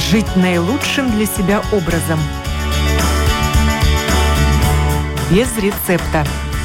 Жить наилучшим для себя образом. Без рецепта.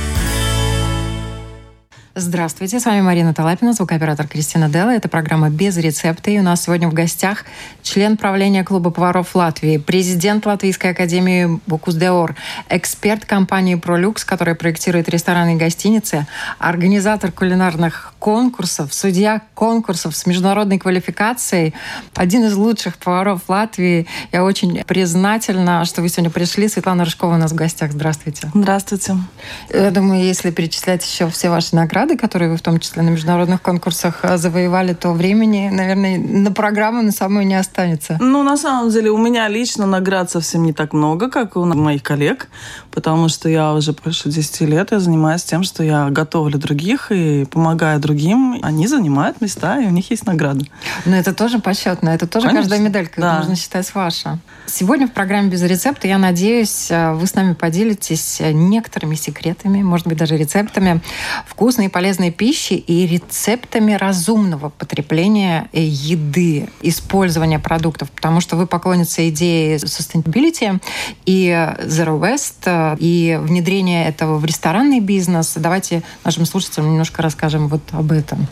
Здравствуйте, с вами Марина Талапина, звукооператор Кристина Делла. Это программа «Без рецепта». И у нас сегодня в гостях член правления Клуба поваров Латвии, президент Латвийской академии Bocuse d'Or, эксперт компании ProLux, которая проектирует рестораны и гостиницы, организатор кулинарных конкурсов, судья конкурсов с международной квалификацией, один из лучших поваров Латвии. Я очень признательна, что вы сегодня пришли. Светлана Рыжкова у нас в гостях. Здравствуйте. Здравствуйте. Я думаю, если перечислять еще все ваши награды, которые вы в том числе на международных конкурсах завоевали, то времени, наверное, на программу на самую не останется. На самом деле, у меня лично наград совсем не так много, как у моих коллег, потому что я уже больше 10 лет я занимаюсь тем, что я готовлю других и помогаю другим. Они занимают места, и у них есть награды. Но это тоже почетно, это тоже Конечно. Каждая медалька, да. Можно считать, ваша. Сегодня в программе «Без рецепта», я надеюсь, вы с нами поделитесь некоторыми секретами, может быть, даже рецептами вкусной и полезной пищи и рецептами разумного потребления еды, использования продуктов, потому что вы поклонница идеи sustainability и zero waste, и внедрения этого в ресторанный бизнес. Давайте нашим слушателям немножко расскажем вот об этом.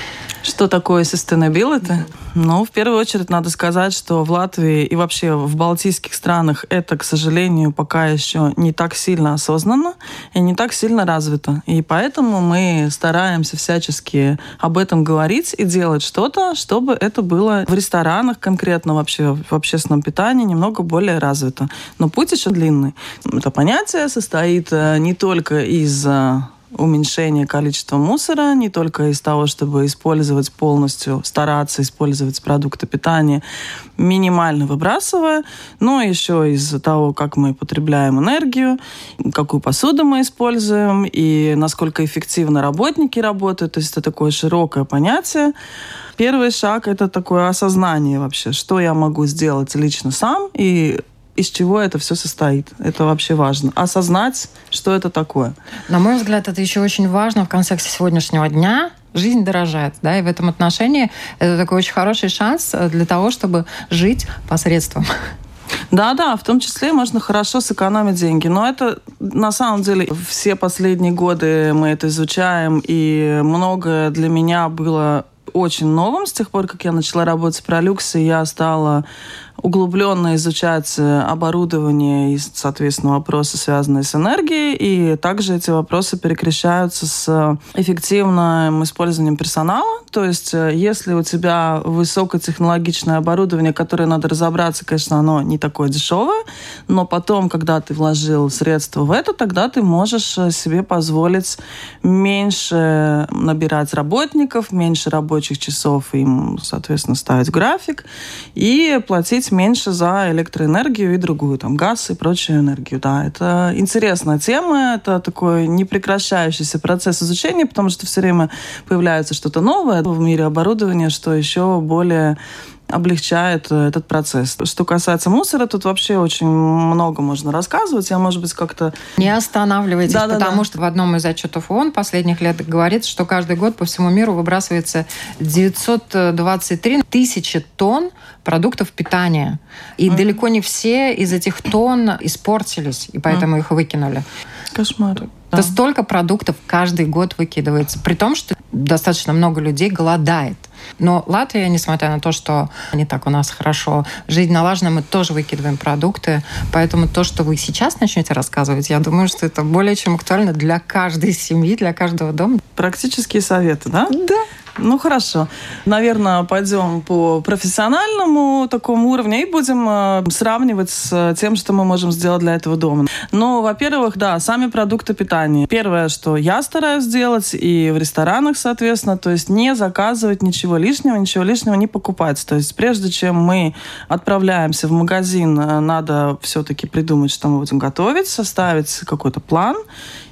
Что такое sustainability? В первую очередь надо сказать, что в Латвии и вообще в балтийских странах это, к сожалению, пока еще не так сильно осознанно и не так сильно развито. И поэтому мы стараемся всячески об этом говорить и делать что-то, чтобы это было в ресторанах, конкретно вообще в общественном питании, немного более развито. Но путь еще длинный. Это понятие состоит не только из уменьшение количества мусора, не только из того, чтобы использовать полностью, стараться использовать продукты питания, минимально выбрасывая, но еще из того, как мы потребляем энергию, какую посуду мы используем и насколько эффективно работники работают. То есть это такое широкое понятие. Первый шаг — это такое осознание вообще, что я могу сделать лично сам и из чего это все состоит. Это вообще важно. Осознать, что это такое. На мой взгляд, это еще очень важно в контексте сегодняшнего дня. Жизнь дорожает, да, и в этом отношении это такой очень хороший шанс для того, чтобы жить посредством. Да, в том числе можно хорошо сэкономить деньги. Но это, на самом деле, все последние годы мы это изучаем, и многое для меня было очень новым с тех пор, как я начала работать в ProLux, и я стала углубленно изучать оборудование и, соответственно, вопросы, связанные с энергией. И также эти вопросы перекрещаются с эффективным использованием персонала. То есть, если у тебя высокотехнологичное оборудование, которое надо разобраться, конечно, оно не такое дешевое, но потом, когда ты вложил средства в это, тогда ты можешь себе позволить меньше набирать работников, меньше рабочих часов им, соответственно, ставить график и платить меньше за электроэнергию и другую, газ и прочую энергию. Да, это интересная тема, это такой непрекращающийся процесс изучения, потому что все время появляется что-то новое в мире оборудования, что еще более облегчает этот процесс. Что касается мусора, тут вообще очень много можно рассказывать. Я, может быть, как-то... Не останавливайтесь, потому что в одном из отчетов ООН последних лет говорится, что каждый год по всему миру выбрасывается 923 тысячи тонн продуктов питания. И далеко не все из этих тонн испортились, и поэтому их выкинули. Кошмар. Это столько продуктов каждый год выкидывается. При том, что достаточно много людей голодает. Но Латвия, несмотря на то, что не так у нас хорошо жизнь налажена, мы тоже выкидываем продукты. Поэтому то, что вы сейчас начнете рассказывать, я думаю, что это более чем актуально для каждой семьи, для каждого дома. Практические советы, да? Да. Хорошо. Наверное, пойдем по профессиональному такому уровню и будем сравнивать с тем, что мы можем сделать для этого дома. Во-первых, сами продукты питания. Первое, что я стараюсь сделать, и в ресторанах, соответственно, то есть не заказывать ничего лишнего не покупать. То есть прежде чем мы отправляемся в магазин, надо все-таки придумать, что мы будем готовить, составить какой-то план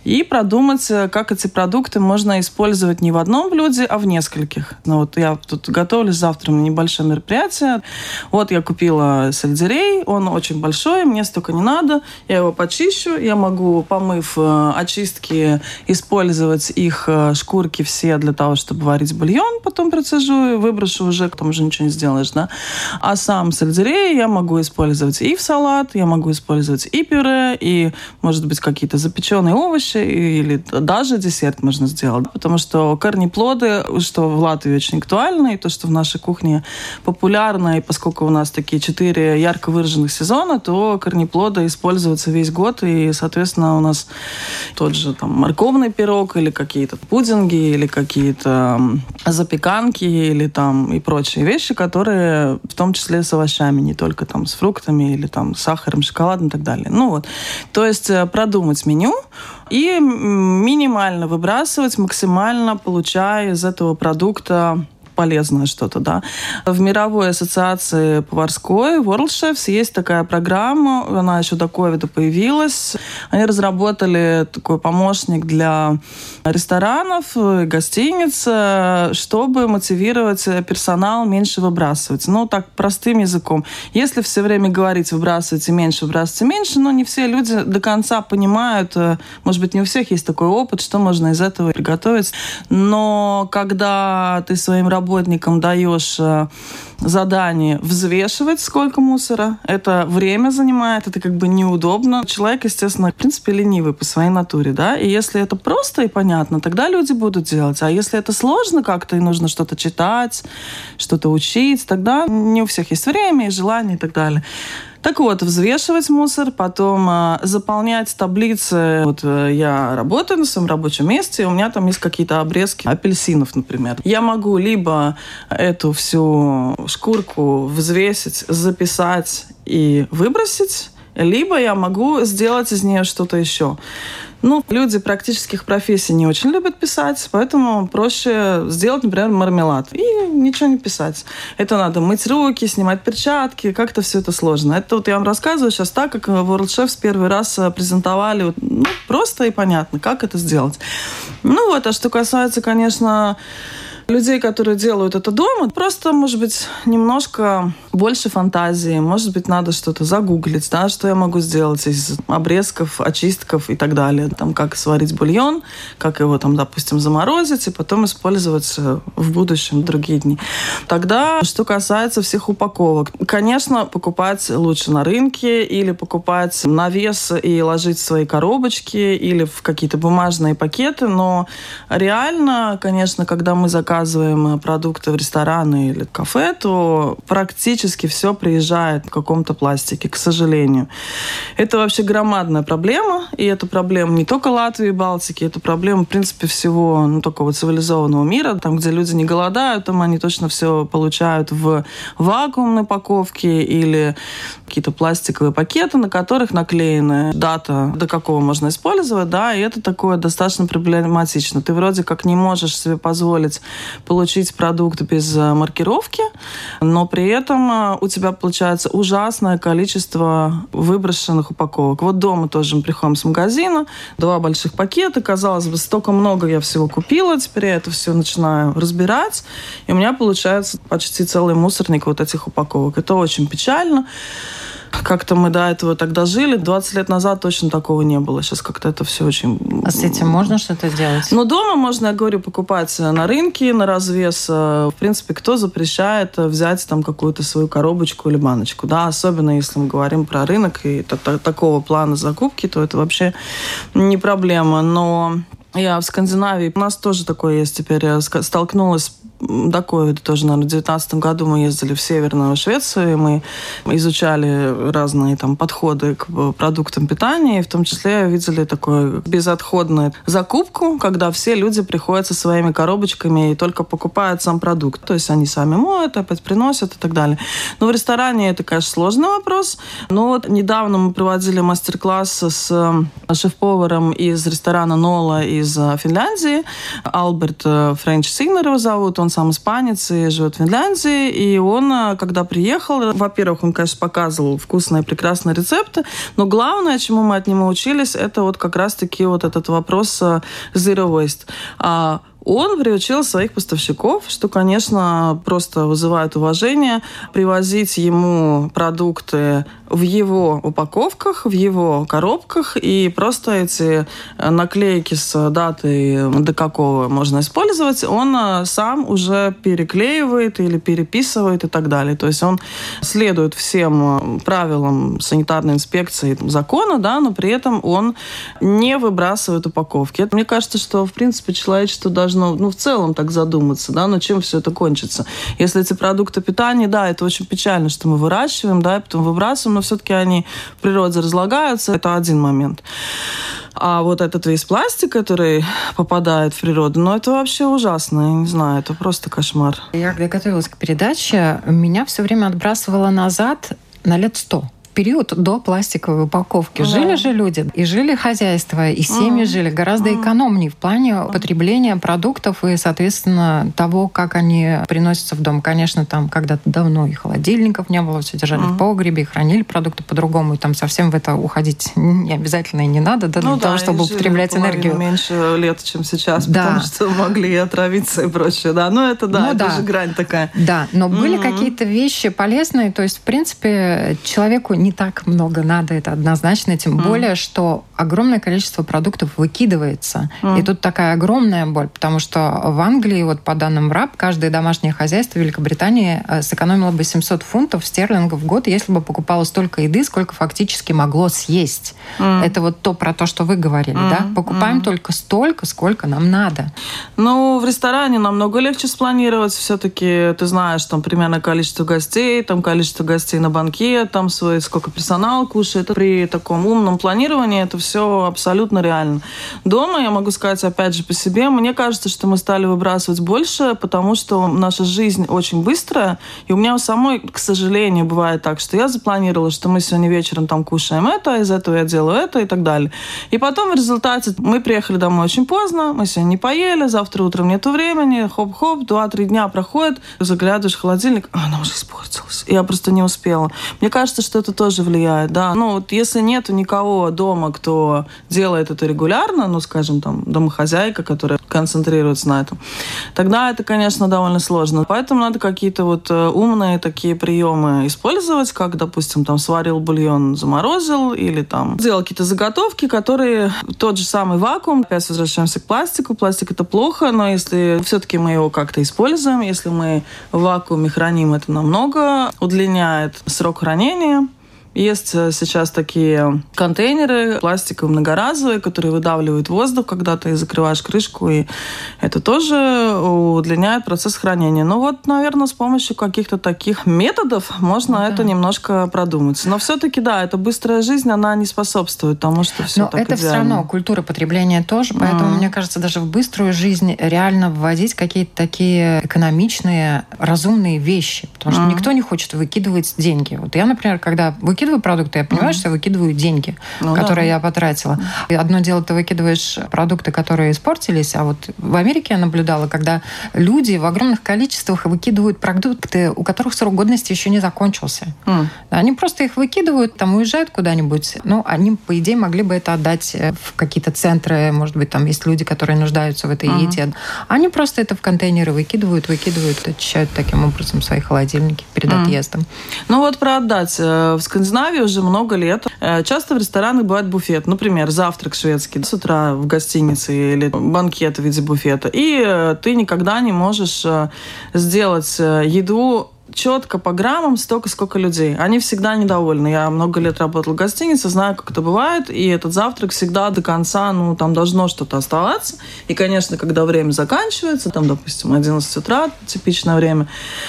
и продумать, как эти продукты можно использовать не в одном блюде, а в нескольких. Ну, вот я тут готовлюсь завтра на небольшое мероприятие. Вот я купила сельдерей, он очень большой, мне столько не надо. Я его почищу, я могу, помыв очистки, использовать их шкурки все для того, чтобы варить бульон, потом процежу и выброшу уже, потом уже ничего не сделаешь, да. А сам сельдерей я могу использовать и в салат, я могу использовать и пюре, и, может быть, какие-то запеченные овощи, или даже десерт можно сделать. Потому что корнеплоды, что в Латвии очень актуально, и то, что в нашей кухне популярно, и поскольку у нас такие 4 ярко выраженных сезона, то корнеплоды используются весь год, и, соответственно, у нас тот же там морковный пирог, или какие-то пудинги, или какие-то запеканки, или там и прочие вещи, которые в том числе с овощами, не только там с фруктами, или там с сахаром, шоколадом и так далее. Ну вот, то есть продумать меню и минимально выбрасывать, максимально получая из этого продукта полезное что-то, да. В мировой ассоциации поварской World Chefs есть такая программа, она еще до ковида появилась. Они разработали такой помощник для ресторанов, гостиниц, чтобы мотивировать персонал меньше выбрасывать. Ну, так, простым языком. Если все время говорить выбрасывайте меньше, но не все люди до конца понимают, может быть, не у всех есть такой опыт, что можно из этого приготовить. Но когда ты своим работникам даешь задание взвешивать, сколько мусора, это время занимает, это как бы неудобно. Человек, естественно, в принципе, ленивый по своей натуре, да, и если это просто и понятно, тогда люди будут делать. А если это сложно как-то, и нужно что-то читать, что-то учить, тогда не у всех есть время и желание и так далее. Так вот, взвешивать мусор, потом заполнять таблицы. Вот я работаю на своем рабочем месте, и у меня там есть какие-то обрезки апельсинов, например. Я могу либо эту всю шкурку взвесить, записать и выбросить, либо я могу сделать из нее что-то еще. Ну, люди практических профессий не очень любят писать, поэтому проще сделать, например, мармелад и ничего не писать. Это надо мыть руки, снимать перчатки, как-то все это сложно. Это вот я вам рассказываю сейчас так, как World Chefs первый раз презентовали, ну, просто и понятно, как это сделать. Ну вот, а что касается, конечно, людей, которые делают это дома, просто, может быть, немножко больше фантазии. Может быть, надо что-то загуглить, да, что я могу сделать из обрезков, очистков и так далее. Там, как сварить бульон, как его, там, допустим, заморозить и потом использовать в будущем, в другие дни. Тогда, что касается всех упаковок. Конечно, покупать лучше на рынке или покупать на вес и ложить в свои коробочки или в какие-то бумажные пакеты, но реально, конечно, когда мы заказываем продукты в рестораны или кафе, то практически все приезжает в каком-то пластике, к сожалению. Это вообще громадная проблема, и это проблема не только Латвии и Балтики, это проблема, в принципе, всего такого цивилизованного мира. Там, где люди не голодают, там они точно все получают в вакуумной упаковке или какие-то пластиковые пакеты, на которых наклеена дата, до какого можно использовать, да, и это такое достаточно проблематично. Ты вроде как не можешь себе позволить получить продукт без маркировки, но при этом у тебя получается ужасное количество выброшенных упаковок. Вот дома тоже мы приходим с магазина, 2 больших пакета, казалось бы, столько много я всего купила, теперь я это все начинаю разбирать, и у меня получается почти целый мусорник вот этих упаковок. Это очень печально. Как-то мы до этого тогда жили. 20 лет назад точно такого не было. Сейчас как-то это все очень... А с этим можно что-то делать? Ну, дома можно, я говорю, покупать на рынке, на развес. В принципе, кто запрещает взять там какую-то свою коробочку или баночку, да? Особенно если мы говорим про рынок и такого плана закупки, то это вообще не проблема. Но я в Скандинавии, у нас тоже такое есть теперь, я столкнулась до ковида тоже, наверное, в 2019 году мы ездили в Северную Швецию, и мы изучали разные там подходы к продуктам питания, и в том числе видели такую безотходную закупку, когда все люди приходят со своими коробочками и только покупают сам продукт. То есть они сами моют, опять приносят и так далее. Но в ресторане это, конечно, сложный вопрос. Но вот недавно мы проводили мастер-класс с шеф-поваром из ресторана Нола из Финляндии. Альберт Френч Сигнер его зовут. Он он сам испанец и живет в Финляндии. И он, когда приехал, во-первых, он, конечно, показывал вкусные, прекрасные рецепты, но главное, чему мы от него учились, это вот как раз-таки вот этот вопрос zero waste. Он приучил своих поставщиков, что, конечно, просто вызывает уважение, привозить ему продукты в его упаковках, в его коробках, и просто эти наклейки с датой, до какого можно использовать, он сам уже переклеивает или переписывает и так далее. То есть он следует всем правилам санитарной инспекции закона, да, но при этом он не выбрасывает упаковки. Мне кажется, что, в принципе, человечество должно, в целом так задуматься, да, но чем все это кончится. Если эти продукты питания, да, это очень печально, что мы выращиваем, да, и потом выбрасываем, но все-таки они в природе разлагаются. Это один момент. А вот этот весь пластик, который попадает в природу, это вообще ужасно. Я не знаю, это просто кошмар. Я, когда готовилась к передаче, меня все время отбрасывало назад на лет 100. Период до пластиковой упаковки. Да. Жили же люди, и жили хозяйства, и семьи жили гораздо экономнее в плане потребления продуктов и, соответственно, того, как они приносятся в дом. Конечно, там когда-то давно и холодильников не было, все держали в погребе, и хранили продукты по-другому, и там совсем в это уходить не обязательно и не надо, да, для того, чтобы употреблять энергию. Меньше лет, чем сейчас, потому что могли отравиться и прочее. Да, это же грань такая. Да, но были какие-то вещи полезные, то есть, в принципе, человеку не так много надо, это однозначно, тем более, что огромное количество продуктов выкидывается. И тут такая огромная боль, потому что в Англии, вот по данным РАП, каждое домашнее хозяйство в Великобритании сэкономило бы 700 фунтов стерлингов в год, если бы покупало столько еды, сколько фактически могло съесть. Это вот про то, что вы говорили, да? Покупаем только столько, сколько нам надо. В ресторане намного легче спланировать. Все-таки ты знаешь, там примерно количество гостей, там количество гостей на банкет, там сколько персонал кушает. При таком умном планировании это все абсолютно реально. Дома, я могу сказать, опять же, по себе, мне кажется, что мы стали выбрасывать больше, потому что наша жизнь очень быстрая, и у меня у самой, к сожалению, бывает так, что я запланировала, что мы сегодня вечером там кушаем это, из этого я делаю это и так далее. И потом в результате мы приехали домой очень поздно, мы сегодня не поели, завтра утром нету времени, хоп-хоп, 2-3 дня проходит, заглядываешь в холодильник, она уже испортилась. Я просто не успела. Мне кажется, что это тоже влияет, да. Если нету никого дома, кто делает это регулярно, скажем, там, домохозяйка, которая концентрируется на этом, тогда это, конечно, довольно сложно. Поэтому надо какие-то умные такие приемы использовать, как, допустим, там, сварил бульон, заморозил, или там делал какие-то заготовки, которые тот же самый вакуум. Опять возвращаемся к пластику. Пластик — это плохо, но если все-таки мы его как-то используем, если мы в вакууме храним, это намного удлиняет срок хранения. Есть сейчас такие контейнеры пластиковые многоразовые, которые выдавливают воздух, когда ты закрываешь крышку, и это тоже удлиняет процесс хранения. Наверное, с помощью каких-то таких методов можно это немножко продумать. Но все-таки, да, эта быстрая жизнь, она не способствует тому, что все так идеально. Но это все равно культура потребления тоже, поэтому, мне кажется, даже в быструю жизнь реально вводить какие-то такие экономичные, разумные вещи, потому что никто не хочет выкидывать деньги. Я, например, когда выкидываю продукты, я понимаю, что я выкидываю деньги, которые я потратила. И одно дело, ты выкидываешь продукты, которые испортились, а в Америке я наблюдала, когда люди в огромных количествах выкидывают продукты, у которых срок годности еще не закончился. Они просто их выкидывают, там уезжают куда-нибудь. Они, по идее, могли бы это отдать в какие-то центры, может быть, там есть люди, которые нуждаются в этой еде. Они просто это в контейнеры выкидывают, очищают таким образом свои холодильники перед отъездом. Про отдать. В Скандинавии уже много лет. Часто в ресторанах бывает буфет. Например, завтрак шведский с утра в гостинице или банкет в виде буфета. И ты никогда не можешь сделать еду четко по граммам столько, сколько людей. Они всегда недовольны. Я много лет работала в гостинице, знаю, как это бывает, и этот завтрак всегда до конца, там должно что-то оставаться. И, конечно, когда время заканчивается, там, допустим, 11 утра, типичное время,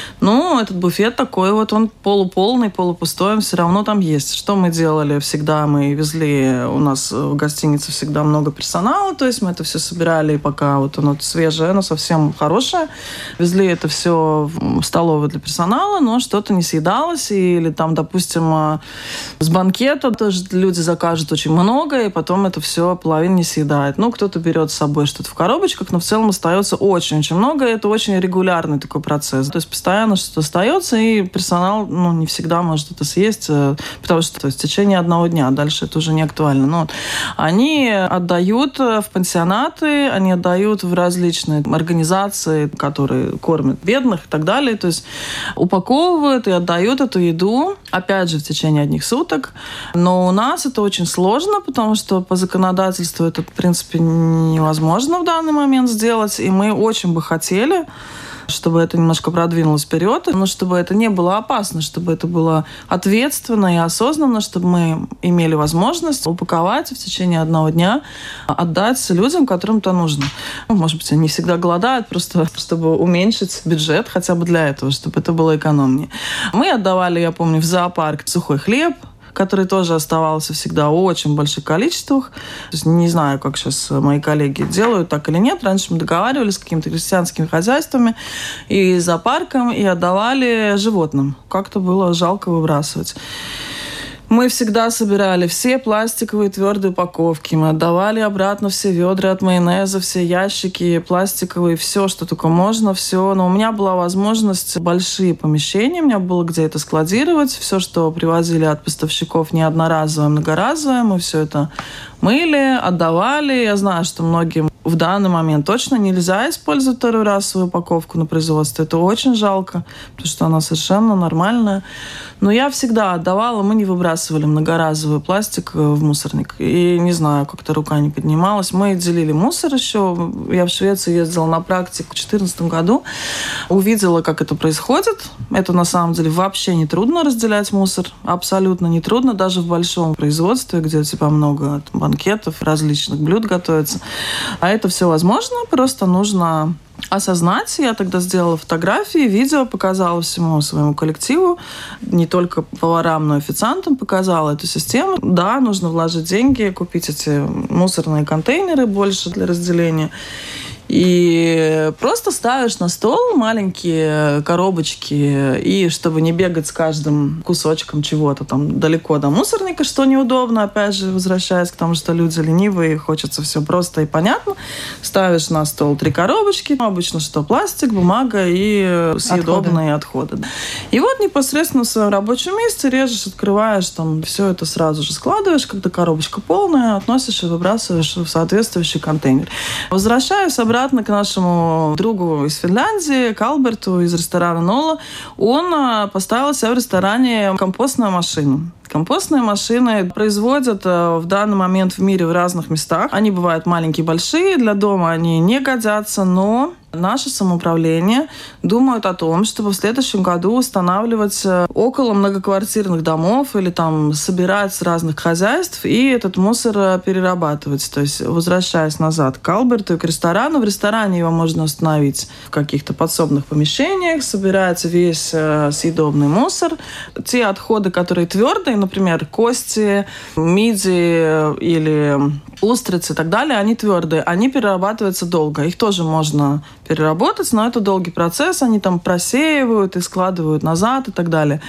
этот буфет такой он полуполный, полупустой, он все равно там есть. Что мы делали всегда? Мы везли, у нас в гостинице всегда много персонала, то есть мы это все собирали, и пока оно свежее, оно совсем хорошее. Везли это все в столовую для персонала, персонала, но что-то не съедалось, или там, допустим, с банкета тоже люди закажут очень много, и потом это все половина не съедает. Ну, кто-то берет с собой что-то в коробочках, но в целом остается очень-очень много, и это очень регулярный такой процесс. То есть постоянно что-то остается, и персонал, не всегда может это съесть, потому что в течение одного дня, дальше это уже не актуально. Но они отдают в пансионаты, они отдают в различные организации, которые кормят бедных и так далее. То есть упаковывают и отдают эту еду, опять же, в течение одних суток. Но у нас это очень сложно, потому что по законодательству это, в принципе, невозможно в данный момент сделать. И мы очень бы хотели, чтобы это немножко продвинулось вперед, но чтобы это не было опасно, чтобы это было ответственно и осознанно, чтобы мы имели возможность упаковать в течение одного дня, отдать людям, которым это нужно. Может быть, они не всегда голодают, просто чтобы уменьшить бюджет хотя бы для этого, чтобы это было экономнее. Мы отдавали, я помню, в зоопарк сухой хлеб, который тоже оставался всегда в очень больших количествах. То есть не знаю, как сейчас мои коллеги делают, так или нет. Раньше мы договаривались с какими-то крестьянскими хозяйствами и зоопарком, и отдавали животным. Как-то было жалко выбрасывать. Мы всегда собирали все пластиковые твердые упаковки. Мы отдавали обратно все ведра от майонеза, все ящики пластиковые, все, что только можно, все. Но у меня была возможность большие помещения, у меня было где это складировать. Все, что привозили от поставщиков, не одноразовое, многоразовое, мы все это мыли, отдавали. Я знаю, что многим в данный момент точно нельзя использовать второй раз свою упаковку на производстве. Это очень жалко, потому что она совершенно нормальная. Но я всегда отдавала, мы не выбрасывали многоразовый пластик в мусорник. И не знаю, как-то рука не поднималась. Мы делили мусор еще. Я в Швецию ездила на практику в 2014 году. Увидела, как это происходит. Это на самом деле вообще не трудно разделять мусор. Абсолютно не трудно. Даже в большом производстве, где у тебя много банкетов, различных блюд готовится. А это все возможно. Просто нужно осознать. Я тогда сделала фотографии, видео, показала всему своему коллективу, не только поварам, но и официантам показала эту систему. Да, нужно вложить деньги, купить эти мусорные контейнеры больше для разделения. И просто ставишь на стол маленькие коробочки, и чтобы не бегать с каждым кусочком чего-то там далеко до мусорника, что неудобно, опять же, возвращаясь к тому, что люди ленивые, хочется все просто и понятно, ставишь на стол 3 коробочки, обычно что пластик, бумага и съедобные отходы. И вот непосредственно в своем рабочем месте режешь, открываешь, там все это сразу же складываешь, когда коробочка полная, относишь и выбрасываешь в соответствующий контейнер. Возвращаюсь обратно к нашему другу из Финляндии, к Альберту из ресторана Нола. Он поставил себе в ресторане компостную машину. Компостные машины производят в данный момент в мире в разных местах. Они бывают маленькие, большие. Для дома они не годятся, но наше самоуправление думает о том, чтобы в следующем году устанавливать около многоквартирных домов или там собирать с разных хозяйств и этот мусор перерабатывать. То есть, возвращаясь назад к Альберту и к ресторану, в ресторане его можно установить в каких-то подсобных помещениях, собирается весь съедобный мусор. Те отходы, которые твердые, например, кости, мидии или устрицы и так далее, они твердые, они перерабатываются долго. Их тоже можно переработать, но это долгий процесс, они там просеивают и складывают назад и так далее.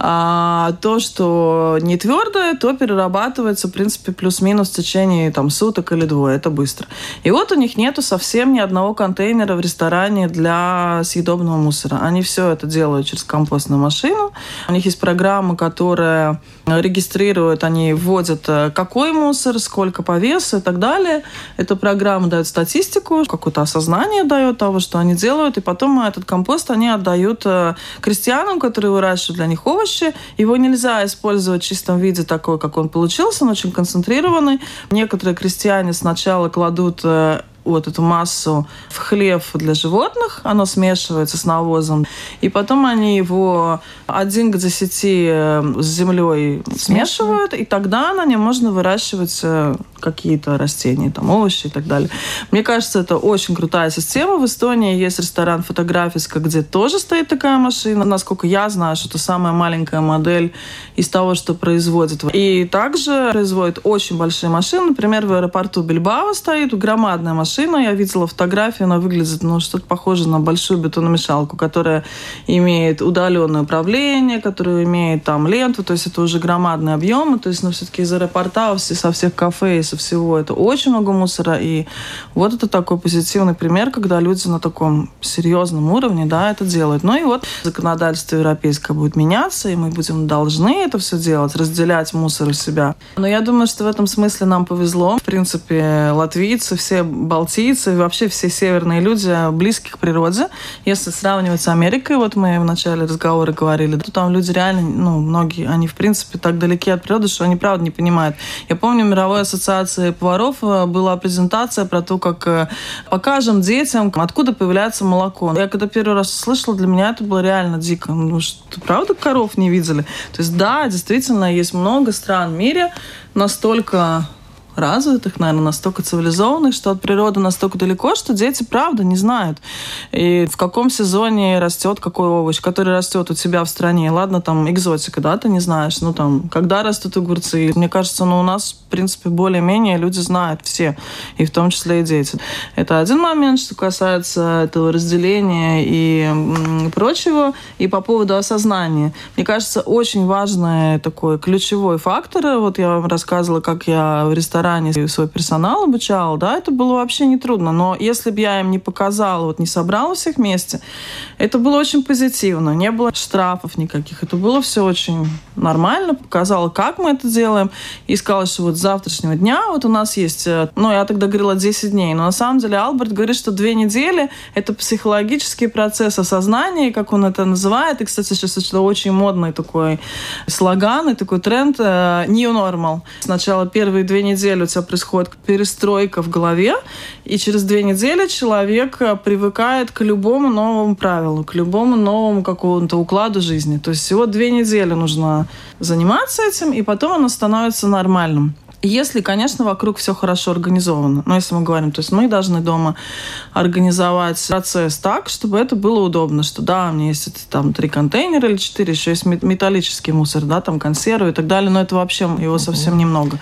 А то, что не твердое, то перерабатывается, в принципе, плюс-минус в течение там, суток или 2, это быстро. И вот у них нету совсем ни одного контейнера в ресторане для съедобного мусора. Они все это делают через компостную машину. У них есть программа, которая регистрирует, они вводят, какой мусор, сколько по весу и так далее. Эта программа дает статистику, какое-то осознание дает того, что они делают, и потом этот компост они отдают крестьянам, которые выращивают для них овощи. Его нельзя использовать в чистом виде такой, как он получился, он очень концентрированный. Некоторые крестьяне сначала кладут вот эту массу в хлев для животных, оно смешивается с навозом, и потом они его 1 к 10 с землей смешивают, и тогда на нем можно выращивать какие-то растения, там, овощи и так далее. Мне кажется, это очень крутая система. В Эстонии есть ресторан «Фотографиска», где тоже стоит такая машина. Насколько я знаю, что это самая маленькая модель из того, что производит. И также производят очень большие машины. Например, в аэропорту Бильбао стоит громадная машина, машина. Я видела фотографию, она выглядит, что-то похоже на большую бетономешалку, которая имеет удаленное управление, которая имеет там ленту, то есть это уже громадные объемы, то есть, все-таки из аэропорта, со всех кафе и со всего это очень много мусора, и вот это такой позитивный пример, когда люди на таком серьезном уровне, да, это делают. Ну и вот законодательство европейское будет меняться, и мы должны это все делать, разделять мусор у себя. Но я думаю, что в этом смысле нам повезло. В принципе, латвийцы, все балтийцы, вообще все северные люди близки к природе. Если сравнивать с Америкой, вот мы в начале разговора говорили, то там люди реально, многие, они в принципе так далеки от природы, что они правда не понимают. Я помню, в Мировой ассоциации поваров была презентация про то, как покажем детям, откуда появляется молоко. Я когда первый раз услышала, для меня это было реально дико. Что, правда, коров не видели? То есть, да, действительно, есть много стран в мире настолько развитых, наверное, настолько цивилизованных, что от природы настолько далеко, что дети, правда, не знают. И в каком сезоне растет какой овощ, который растет у тебя в стране. Ладно, там экзотика, да, ты не знаешь. Когда растут огурцы. Мне кажется, у нас, в принципе, более-менее люди знают все, и в том числе и дети. Это один момент, что касается этого разделения и прочего. И по поводу осознания. Мне кажется, очень важный такой ключевой фактор. Вот я вам рассказывала, как я в ресторане свой персонал обучала, да, это было вообще нетрудно. Но если бы я им не показала, не собрала всех вместе, это было очень позитивно. Не было штрафов никаких. Это было все очень нормально. Показала, как мы это делаем. И сказала, что с завтрашнего дня у нас есть, я тогда говорила 10 дней, но на самом деле Альберт говорит, что 2 недели — это психологический процесс осознания, как он это называет. И, кстати, сейчас это очень модный такой слоган и такой тренд New Normal. Сначала первые 2 недели у тебя происходит перестройка в голове, и через 2 недели человек привыкает к любому новому правилу, к любому новому какому-то укладу жизни. То есть всего 2 недели нужно заниматься этим, и потом оно становится нормальным. Если, конечно, вокруг все хорошо организовано. Но если мы говорим, то есть мы должны дома организовать процесс так, чтобы это было удобно. Что да, у меня есть там 3 контейнера или 4, еще есть металлический мусор, да, там консервы и так далее, но это вообще его совсем немного.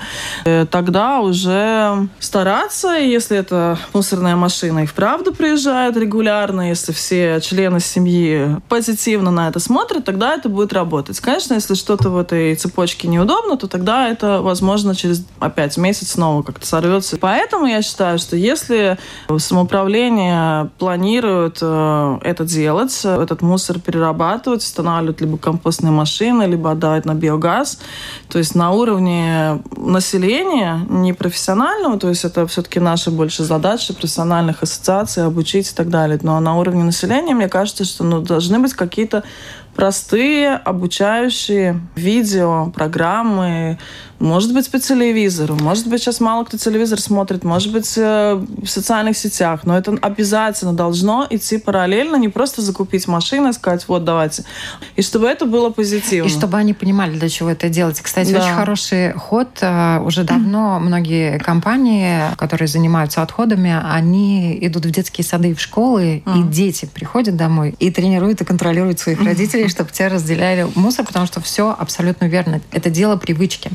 Тогда уже стараться, если эта мусорная машина и вправду приезжает регулярно, если все члены семьи позитивно на это смотрят, тогда это будет работать. Конечно, если что-то в этой цепочке неудобно, то тогда это, возможно, через опять месяц снова как-то сорвется. Поэтому я считаю, что если самоуправление планирует это делать, этот мусор перерабатывать, устанавливать либо компостные машины, либо отдавать на биогаз, то есть на уровне населения, не профессионального, то есть это все-таки наша больше задача профессиональных ассоциаций, обучить и так далее. Но на уровне населения, мне кажется, что должны быть какие-то простые обучающие видео, программы, может быть, по телевизору, может быть, сейчас мало кто телевизор смотрит, может быть, в социальных сетях, но это обязательно должно идти параллельно, не просто закупить машину и сказать, вот, давайте. И чтобы это было позитивно. И чтобы они понимали, для чего это делать. Кстати, очень хороший ход. Уже давно многие компании, которые занимаются отходами, они идут в детские сады и в школы, и дети приходят домой и тренируют и контролируют своих родителей, чтобы те разделяли мусор, потому что все абсолютно верно. Это дело привычки.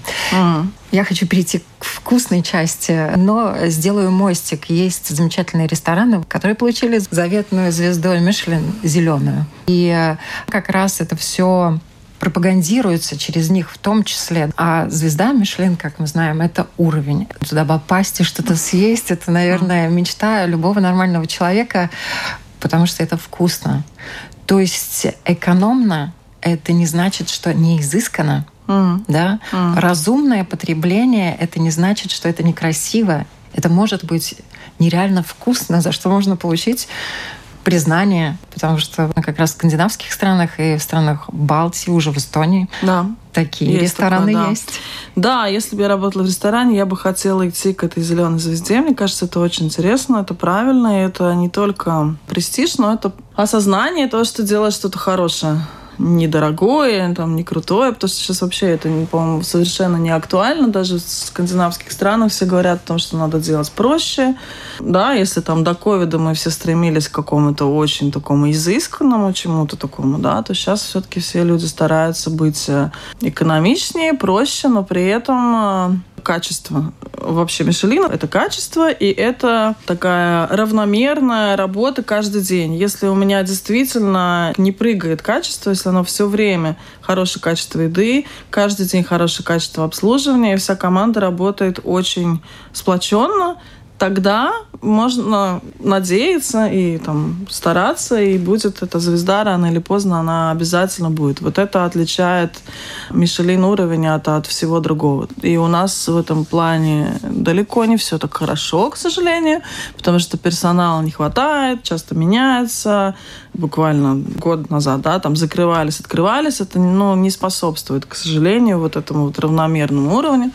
Я хочу перейти к вкусной части, но сделаю мостик. Есть замечательные рестораны, которые получили заветную звезду Мишлен зеленую. И как раз это все пропагандируется через них в том числе. А звезда Мишлен, как мы знаем, это уровень. Туда попасть и что-то съесть — это, наверное, мечта любого нормального человека, потому что это вкусно. То есть экономно — это не значит, что не изысканно. Да? Разумное потребление — это не значит, что это некрасиво. Это может быть нереально вкусно, за что можно получить признание, потому что как раз в скандинавских странах и в странах Балтии, уже в Эстонии, такие есть рестораны такое, есть. Да, если бы я работала в ресторане, я бы хотела идти к этой зеленой звезде. Мне кажется, это очень интересно, это правильно, и это не только престиж, но это осознание того, что делаешь что-то хорошее. недорогое, там, не крутое, потому что сейчас вообще это, по-моему, совершенно не актуально. Даже в скандинавских странах все говорят о том, что надо делать проще. Да, если там до ковида мы все стремились к какому-то очень такому изысканному чему-то такому, да, то сейчас все-таки все люди стараются быть экономичнее, проще, но при этом качество. Вообще Мишелин — это качество, и это такая равномерная работа каждый день. Если у меня действительно не прыгает качество, если оно все время хорошее качество еды, каждый день хорошее качество обслуживания, и вся команда работает очень сплоченно, тогда можно надеяться и там стараться, и будет эта звезда рано или поздно, она обязательно будет. Вот это отличает Мишелин уровень от всего другого. И у нас в этом плане далеко не все так хорошо, к сожалению, потому что персонала не хватает, часто меняется. Буквально год назад, да, там закрывались, открывались. Это, не способствует, к сожалению, вот этому вот равномерному уровню.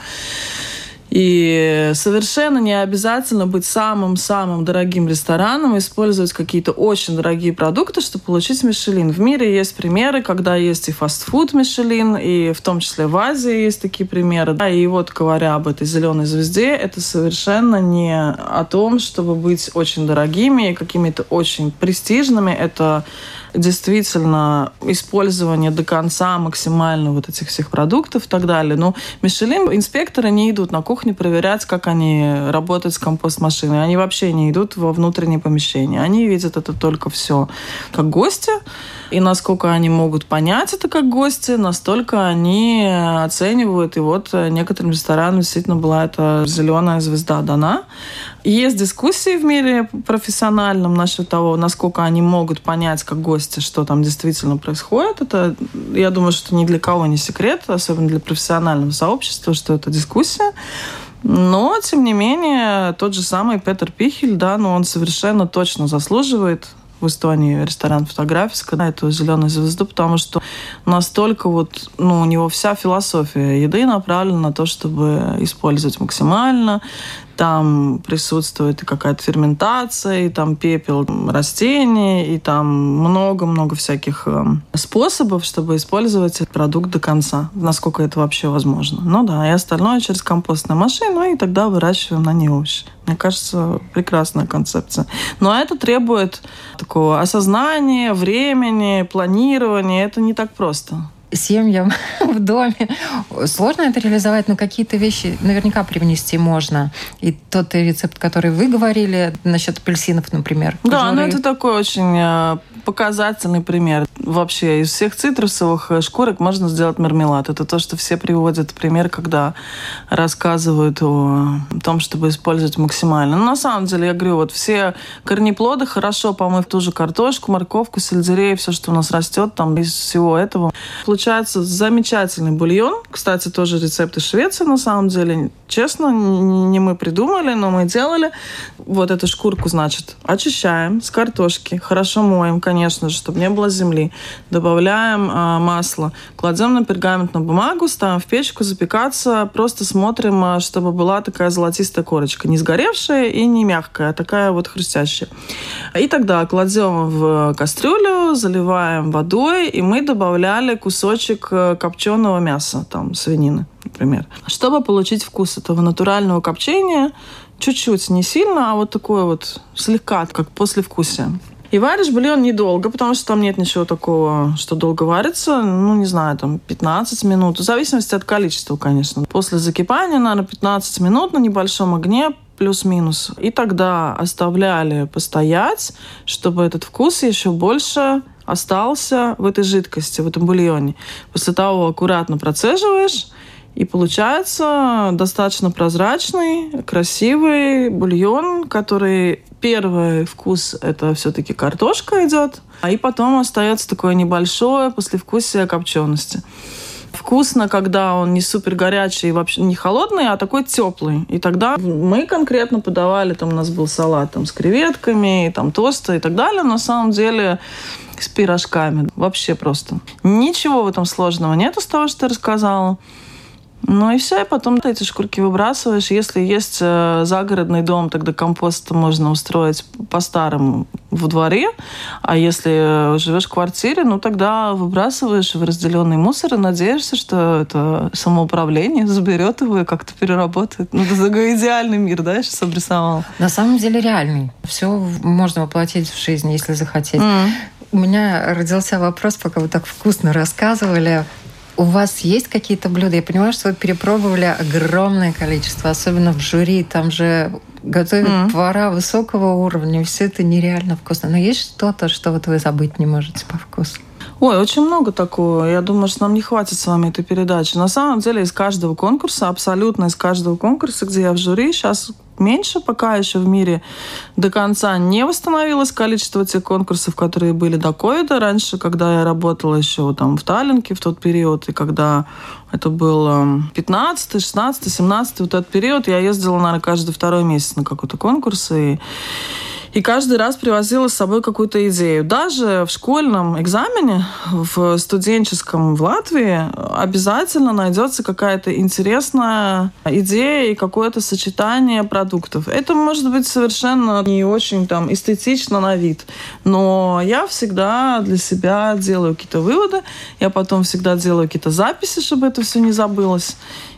И совершенно не обязательно быть самым-самым дорогим рестораном, использовать какие-то очень дорогие продукты, чтобы получить Мишелин. В мире есть примеры, когда есть и фастфуд Мишелин, и в том числе в Азии есть такие примеры. Да, и вот говоря об этой зеленой звезде, это совершенно не о том, чтобы быть очень дорогими и какими-то очень престижными. Это действительно использование до конца максимально вот этих всех продуктов и так далее. Но Мишелин инспекторы не идут на кухню проверять, как они работают с компост-машиной. Они вообще не идут во внутренние помещения. Они видят это только все как гости. И насколько они могут понять это как гости, настолько они оценивают. И вот некоторым ресторанам действительно была эта зеленая звезда дана. Есть дискуссии в мире профессиональном насчет того, насколько они могут понять как гости, что там действительно происходит. Это, я думаю, что ни для кого не секрет, особенно для профессионального сообщества, что это дискуссия. Но, тем не менее, тот же самый Петер Пихель, да, он совершенно точно заслуживает в Эстонии ресторан «Фотографиска», да, эту зеленую звезду, потому что настолько у него вся философия еды направлена на то, чтобы использовать максимально. Там присутствует и какая-то ферментация, и там пепел растений, и там много-много всяких способов, чтобы использовать этот продукт до конца, насколько это вообще возможно. И остальное через компостную машину, и тогда выращиваем на ней овощи. Мне кажется, прекрасная концепция. Но это требует такого осознания, времени, планирования. Это не так просто. Семьям в доме. Сложно это реализовать, но какие-то вещи наверняка привнести можно. И тот рецепт, который вы говорили насчет апельсинов, например. Да, это такой очень показательный пример. Вообще из всех цитрусовых шкурок можно сделать мармелад. Это то, что все приводят пример, когда рассказывают о том, чтобы использовать максимально. Но на самом деле, я говорю, все корнеплоды хорошо помыв ту же картошку, морковку, сельдерей, все, что у нас растет, там из всего этого. Получается замечательный бульон. Кстати, тоже рецепт из Швеции, на самом деле. Честно, не мы придумали, но мы делали. Вот эту шкурку, значит, очищаем с картошки, хорошо моем, конечно же, чтобы не было земли. Добавляем масло, кладем на пергаментную бумагу, ставим в печку запекаться, просто смотрим, чтобы была такая золотистая корочка, не сгоревшая и не мягкая, а такая вот хрустящая. И тогда кладем в кастрюлю, заливаем водой, и мы добавляли кусочек копченого мяса, там, свинины, например. Чтобы получить вкус этого натурального копчения, чуть-чуть, не сильно, а вот такое вот слегка, как послевкусие. И варишь бульон недолго, потому что там нет ничего такого, что долго варится. 15 минут. В зависимости от количества, конечно. После закипания, наверное, 15 минут на небольшом огне, плюс-минус. И тогда оставляли постоять, чтобы этот вкус еще больше остался в этой жидкости, в этом бульоне. После того аккуратно процеживаешь, и получается достаточно прозрачный, красивый бульон, который первый вкус — это все-таки картошка идет, и потом остается такое небольшое послевкусие копчености. Вкусно, когда он не супер горячий, вообще не холодный, а такой теплый. И тогда мы конкретно подавали, там у нас был салат с креветками, там тосты и так далее. На самом деле с пирожками. Вообще просто. Ничего в этом сложного нет из того, что я рассказала. Ну и все, и потом эти шкурки выбрасываешь. Если есть загородный дом, тогда компост можно устроить по-старому во дворе. А если живешь в квартире, ну тогда выбрасываешь в разделенный мусор и надеешься, что это самоуправление заберет его и как-то переработает. Ну, это такой идеальный мир, да, я сейчас обрисовала. На самом деле реальный. Все можно воплотить в жизнь, если захотеть. У меня родился вопрос, пока вы так вкусно рассказывали. У вас есть какие-то блюда? Я понимаю, что вы перепробовали огромное количество, особенно в жюри. Там же готовят повара высокого уровня. Все это нереально вкусно. Но есть что-то, что вот вы забыть не можете по вкусу? Ой, очень много такого. Я думаю, что нам не хватит с вами этой передачи. На самом деле из каждого конкурса, абсолютно из каждого конкурса, где я в жюри, сейчас меньше, пока еще в мире до конца не восстановилось количество тех конкурсов, которые были до ковида. Раньше, когда я работала еще там в Таллинке в тот период, и когда это был 15, 16, 17, вот этот период, я ездила, наверное, каждый второй месяц на какой-то конкурс, и каждый раз привозила с собой какую-то идею. Даже в школьном экзамене, в студенческом в Латвии, обязательно найдется какая-то интересная идея и какое-то сочетание продуктов. Это может быть совершенно не очень там эстетично на вид, но я всегда для себя делаю какие-то выводы, я потом всегда делаю какие-то записи, чтобы это все не забылось.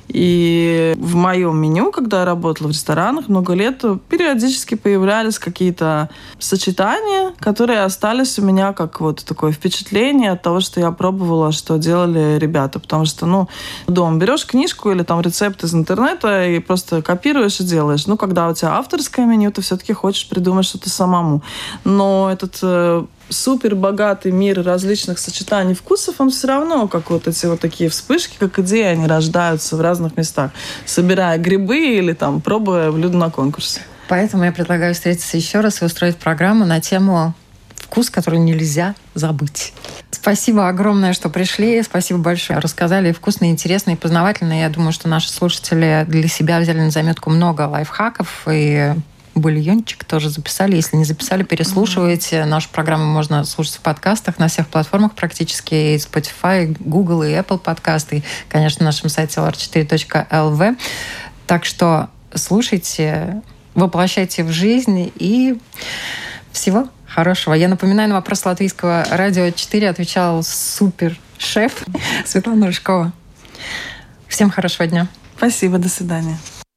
И в моем меню, когда я работала в ресторанах много лет, периодически появлялись какие-то сочетания, которые остались у меня как вот такое впечатление от того, что я пробовала, что делали ребята. Потому что, дома берешь книжку или там рецепт из интернета и просто копируешь и делаешь. Когда у тебя авторское меню, ты все-таки хочешь придумать что-то самому. Но этот супер богатый мир различных сочетаний вкусов, он все равно, как вот эти вот такие вспышки, как идеи, они рождаются в разных местах, собирая грибы или там пробуя блюдо на конкурсе. Поэтому я предлагаю встретиться еще раз и устроить программу на тему «Вкус, который нельзя забыть». Спасибо огромное, что пришли. Спасибо большое. Рассказали вкусно, интересно и познавательно. Я думаю, что наши слушатели для себя взяли на заметку много лайфхаков и бульончик тоже записали. Если не записали, переслушивайте. Нашу программу можно слушать в подкастах на всех платформах практически. И Spotify, Google и Apple подкасты. И, конечно, на нашем сайте lr4.lv. Так что слушайте, воплощайте в жизнь и всего хорошего. Я напоминаю, на вопрос Латвийского радио 4 отвечал супер-шеф Светлана Рыжкова. Всем хорошего дня. Спасибо, до свидания.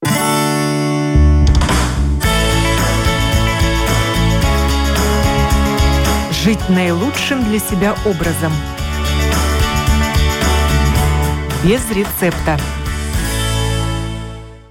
Жить наилучшим для себя образом. Без рецепта.